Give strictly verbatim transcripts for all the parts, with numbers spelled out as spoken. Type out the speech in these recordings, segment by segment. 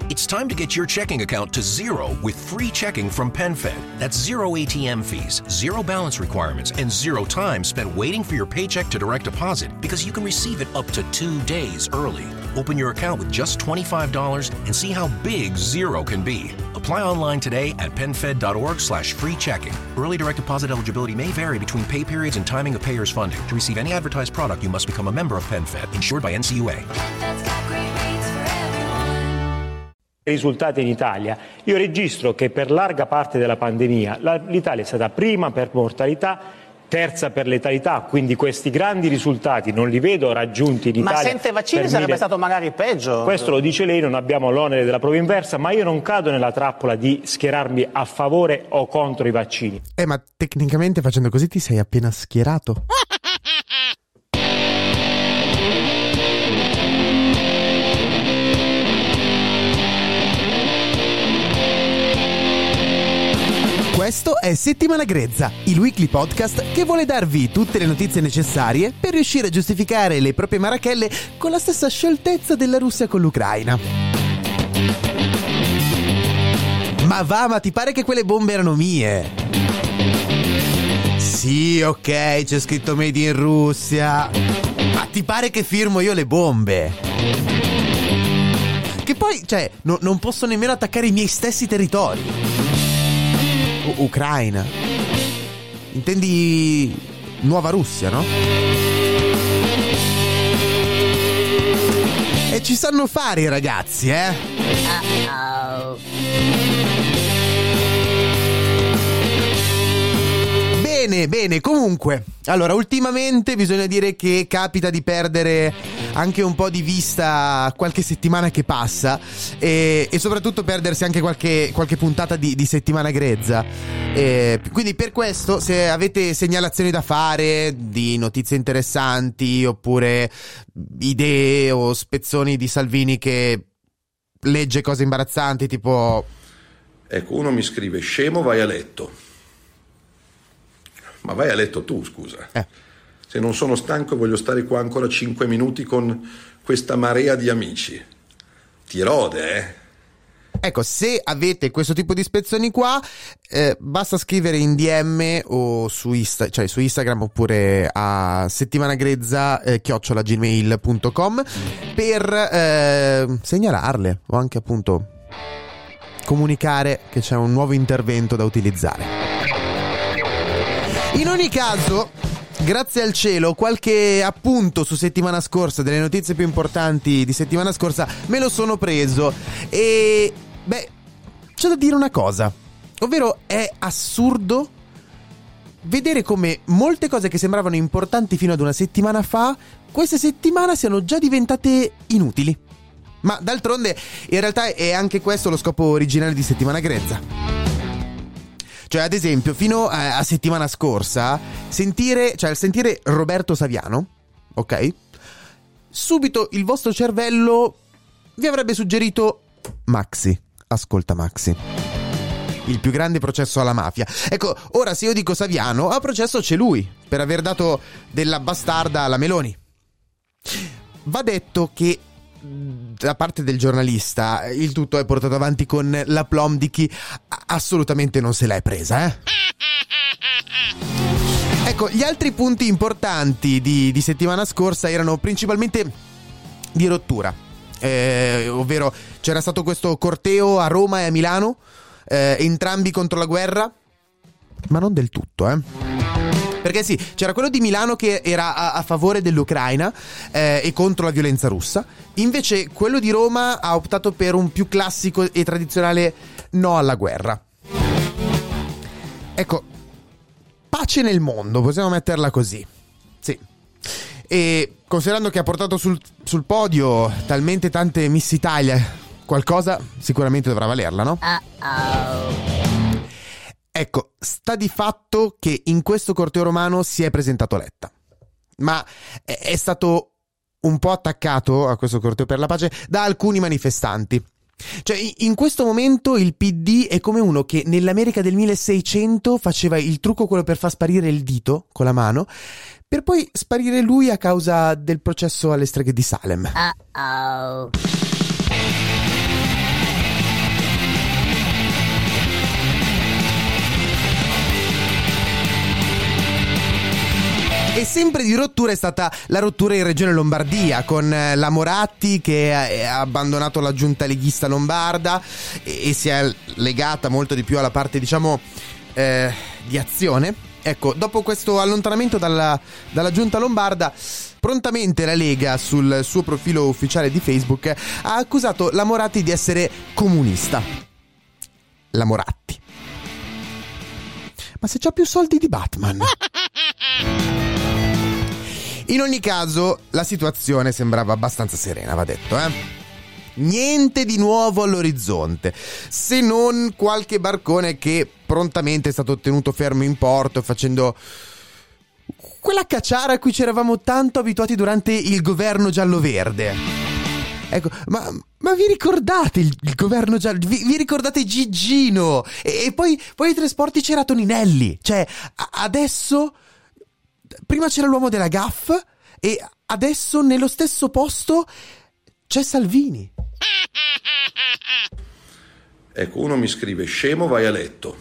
It's time to get your checking account to zero with free checking from PenFed. That's zero A T M fees, zero balance requirements, and zero time spent waiting for your paycheck to direct deposit because you can receive it up to two days early. Open your account with just twenty-five dollars and see how big zero can be. Apply online today at penfed.org slash free checking. Early direct deposit eligibility may vary between pay periods and timing of payers' funding. To receive any advertised product, you must become a member of PenFed, insured by N C U A. Risultati in Italia, io registro che per larga parte della pandemia la, l'Italia è stata prima per mortalità, terza per letalità, quindi questi grandi risultati non li vedo raggiunti in Italia. Ma senza i vaccini sarebbe mille... stato magari peggio. Questo lo dice lei, non abbiamo l'onere della prova inversa, ma io non cado nella trappola di schierarmi a favore o contro i vaccini. Eh, ma tecnicamente facendo così ti sei appena schierato. Questo è Settimana Grezza, il weekly podcast che vuole darvi tutte le notizie necessarie per riuscire a giustificare le proprie marachelle con la stessa scioltezza della Russia con l'Ucraina. Ma va, ma ti pare che quelle bombe erano mie? Sì, ok, c'è scritto Made in Russia. Ma ti pare che firmo io le bombe? Che poi, cioè, no, non posso nemmeno attaccare i miei stessi territori. U- Ucraina. Intendi Nuova Russia, no? E ci sanno fare i ragazzi, eh? Uh-oh. Bene, bene, comunque. Allora, ultimamente bisogna dire che capita di perdere anche un po' di vista qualche settimana che passa e, e soprattutto perdersi anche qualche, qualche puntata di, di Settimana Grezza. E quindi per questo, se avete segnalazioni da fare di notizie interessanti oppure idee o spezzoni di Salvini che legge cose imbarazzanti tipo... Ecco, uno mi scrive: scemo, vai a letto. Ma vai a letto tu, scusa. Eh. Se non sono stanco voglio stare qua ancora cinque minuti con questa marea di amici. Ti rode, eh? Ecco, se avete questo tipo di spezzoni qua, eh, basta scrivere in D M o su, Insta- cioè su Instagram oppure a settimanagrezza eh, chiocciola gmail punto com per eh, segnalarle o anche appunto comunicare che c'è un nuovo intervento da utilizzare. In ogni caso, grazie al cielo, qualche appunto su settimana scorsa, delle notizie più importanti di settimana scorsa, me lo sono preso. E, beh, c'è da dire una cosa, ovvero è assurdo vedere come molte cose che sembravano importanti fino ad una settimana fa, questa settimana siano già diventate inutili. Ma d'altronde, in realtà è anche questo lo scopo originale di Settimana Grezza. Cioè, ad esempio, fino a, a settimana scorsa, sentire, cioè, sentire Roberto Saviano, ok? Subito il vostro cervello vi avrebbe suggerito Maxi. Ascolta Maxi. Il più grande processo alla mafia. Ecco, ora se io dico Saviano, a processo c'è lui, per aver dato della bastarda alla Meloni. Va detto che da parte del giornalista il tutto è portato avanti con l'aplomb di chi assolutamente non se l'è presa, eh? Ecco, gli altri punti importanti di, di settimana scorsa erano principalmente di rottura, eh, ovvero c'era stato questo corteo a Roma e a Milano, eh, entrambi contro la guerra, ma non del tutto, eh? Perché sì, c'era quello di Milano che era a, a favore dell'Ucraina eh, e contro la violenza russa. Invece quello di Roma ha optato per un più classico e tradizionale no alla guerra. Ecco, pace nel mondo, possiamo metterla così. Sì. E considerando che ha portato sul, sul podio talmente tante Miss Italia, qualcosa sicuramente dovrà valerla, no? Uh-oh. Ecco, sta di fatto che in questo corteo romano si è presentato Letta, ma è stato un po' attaccato a questo corteo per la pace da alcuni manifestanti. Cioè, in questo momento il P D è come uno che nell'America del milleseicento faceva il trucco quello per far sparire il dito con la mano, per poi sparire lui a causa del processo alle streghe di Salem. Uh-oh. sempre di rottura è stata la rottura in Regione Lombardia, con la Moratti che ha abbandonato la giunta leghista lombarda e, e si è legata molto di più alla parte, diciamo, eh, di Azione. Ecco, dopo questo allontanamento dalla, dalla giunta lombarda, prontamente la Lega sul suo profilo ufficiale di Facebook ha accusato la Moratti di essere comunista. La Moratti. Ma se c'ha più soldi di Batman. In ogni caso, la situazione sembrava abbastanza serena, va detto, eh? Niente di nuovo all'orizzonte, se non qualche barcone che prontamente è stato tenuto fermo in porto facendo quella cacciara a cui ci eravamo tanto abituati durante il governo giallo-verde. Ecco, ma, ma vi ricordate il, il governo giallo? Vi, vi ricordate Gigino? E, e poi, poi ai trasporti c'era Toninelli. Cioè, a, adesso... Prima c'era l'uomo della G A F e adesso nello stesso posto c'è Salvini. Ecco, uno mi scrive: scemo, vai a letto.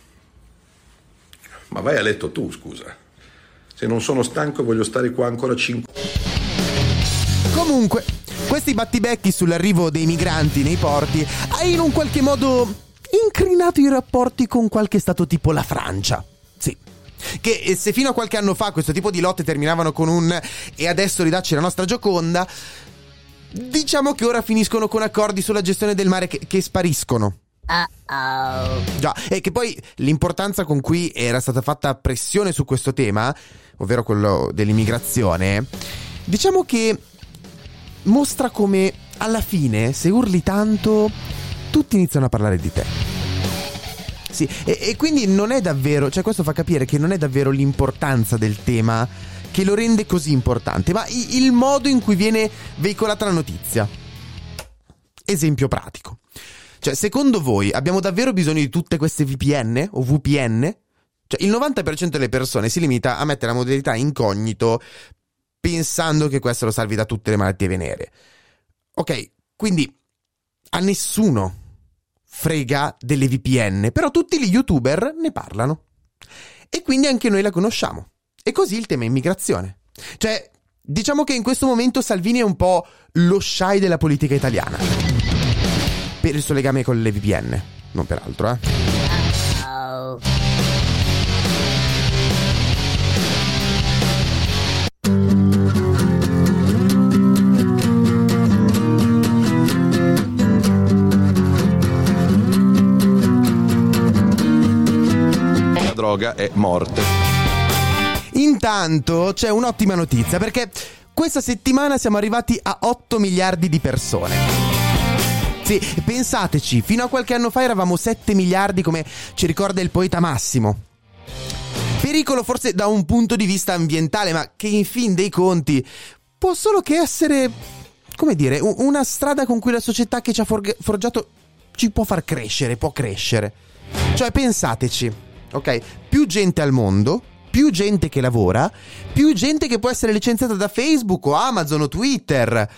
Ma vai a letto tu, scusa. Se non sono stanco voglio stare qua ancora cinque. Comunque, questi battibecchi sull'arrivo dei migranti nei porti ha in un qualche modo incrinato i rapporti con qualche stato tipo la Francia. Sì. Che se fino a qualche anno fa questo tipo di lotte terminavano con un "e adesso ridacci la nostra Gioconda", diciamo che ora finiscono con accordi sulla gestione del mare che, che spariscono. Uh-oh. Già, e che poi l'importanza con cui era stata fatta pressione su questo tema, ovvero quello dell'immigrazione, diciamo che mostra come alla fine, se urli tanto, tutti iniziano a parlare di te. Sì, e, e quindi non è davvero, cioè questo fa capire che non è davvero l'importanza del tema che lo rende così importante, ma il, il modo in cui viene veicolata la notizia. Esempio pratico. Cioè, secondo voi abbiamo davvero bisogno di tutte queste V P N o V P N? Cioè, il novanta per cento delle persone si limita a mettere la modalità incognito pensando che questo lo salvi da tutte le malattie venere. Ok, quindi a nessuno frega delle V P N, però tutti gli youtuber ne parlano e quindi anche noi la conosciamo. E così il tema immigrazione. Cioè, diciamo che in questo momento Salvini è un po' lo shy della politica italiana, per il suo legame con le V P N, non per altro, eh. Uh-oh. Droga è morte. Intanto c'è un'ottima notizia, perché questa settimana siamo arrivati a otto miliardi di persone. Sì, pensateci, fino a qualche anno fa eravamo sette miliardi, come ci ricorda il poeta Massimo. Pericolo forse da un punto di vista ambientale, ma che in fin dei conti può solo che essere, come dire, una strada con cui la società che ci ha forgiato ci può far crescere, può crescere. Cioè, pensateci, ok? Più gente al mondo, più gente che lavora, più gente che può essere licenziata da Facebook o Amazon o Twitter.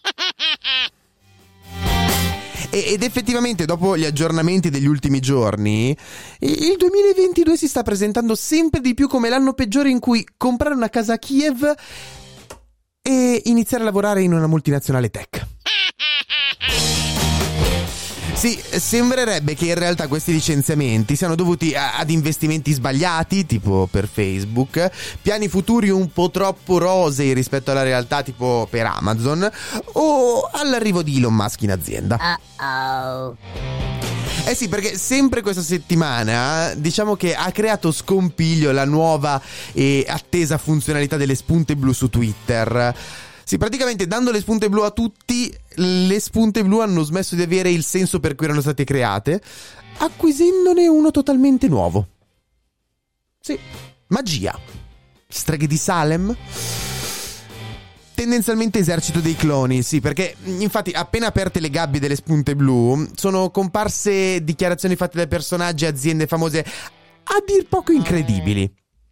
Ed effettivamente, dopo gli aggiornamenti degli ultimi giorni, il duemilaventidue si sta presentando sempre di più come l'anno peggiore in cui comprare una casa a Kiev e iniziare a lavorare in una multinazionale tech. Sì, sembrerebbe che in realtà questi licenziamenti siano dovuti a, ad investimenti sbagliati, tipo per Facebook, piani futuri un po' troppo rosei rispetto alla realtà, tipo per Amazon, o all'arrivo di Elon Musk in azienda. Uh-oh. Eh sì, perché sempre questa settimana diciamo che ha creato scompiglio la nuova e attesa funzionalità delle spunte blu su Twitter. Sì, praticamente dando le spunte blu a tutti, le spunte blu hanno smesso di avere il senso per cui erano state create, acquisendone uno totalmente nuovo. Sì, magia. Streghe di Salem? Tendenzialmente esercito dei cloni, sì, perché infatti appena aperte le gabbie delle spunte blu sono comparse dichiarazioni fatte da personaggi e aziende famose a dir poco incredibili.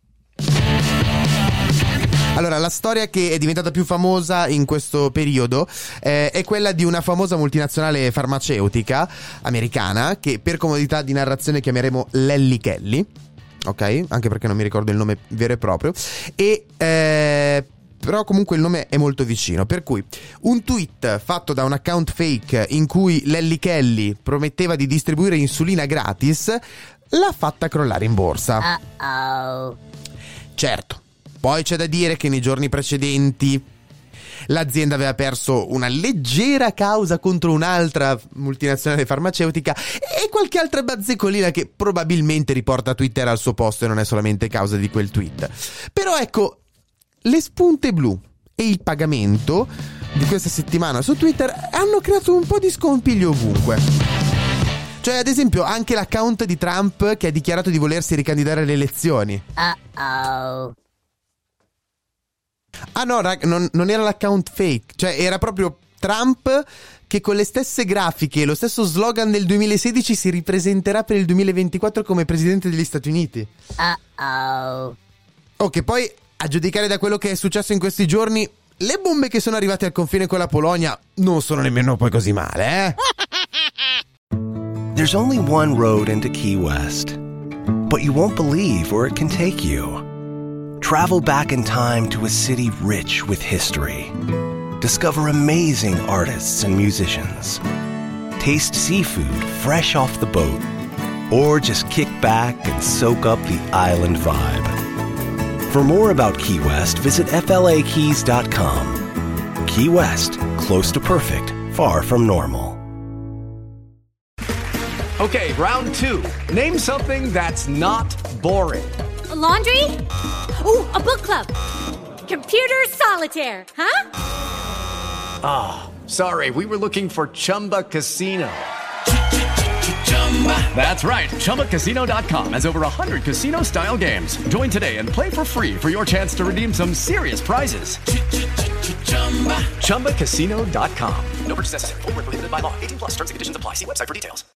Allora, la storia che è diventata più famosa in questo periodo eh, è quella di una famosa multinazionale farmaceutica americana che per comodità di narrazione chiameremo Lelly Kelly. ok? Anche perché non mi ricordo il nome vero e proprio. E eh, però comunque il nome è molto vicino. Per cui un tweet fatto da un account fake in cui Lelli Kelly prometteva di distribuire insulina gratis l'ha fatta crollare in borsa. Uh-oh. Certo, poi c'è da dire che nei giorni precedenti l'azienda aveva perso una leggera causa contro un'altra multinazionale farmaceutica e qualche altra bazzecolina che probabilmente riporta Twitter al suo posto e non è solamente causa di quel tweet. Però ecco, le spunte blu e il pagamento di questa settimana su Twitter hanno creato un po' di scompiglio ovunque. Cioè, ad esempio, anche l'account di Trump che ha dichiarato di volersi ricandidare alle elezioni. Uh-oh. Ah no, rag- non, non era l'account fake, cioè era proprio Trump che con le stesse grafiche e lo stesso slogan del duemilasedici si ripresenterà per il duemilaventiquattro come presidente degli Stati Uniti. Uh-oh. Ok, poi a giudicare da quello che è successo in questi giorni, le bombe che sono arrivate al confine con la Polonia non sono nemmeno poi così male, eh? There's only one road into Key West, but you won't believe where it can take you. Travel back in time to a city rich with history. Discover amazing artists and musicians. Taste seafood fresh off the boat. Or just kick back and soak up the island vibe. For more about Key West, visit F L A keys dot com. Key West, close to perfect, far from normal. Okay, round two. Name something that's not boring. A laundry? Ooh, a book club. Computer solitaire, huh? Ah, oh, sorry, we were looking for Chumba Casino. That's right, Chumba Casino dot com has over one hundred casino-style games. Join today and play for free for your chance to redeem some serious prizes. Chumba Casino dot com. No purchase necessary. Void where prohibited by law. eighteen plus terms and conditions apply. See website for details.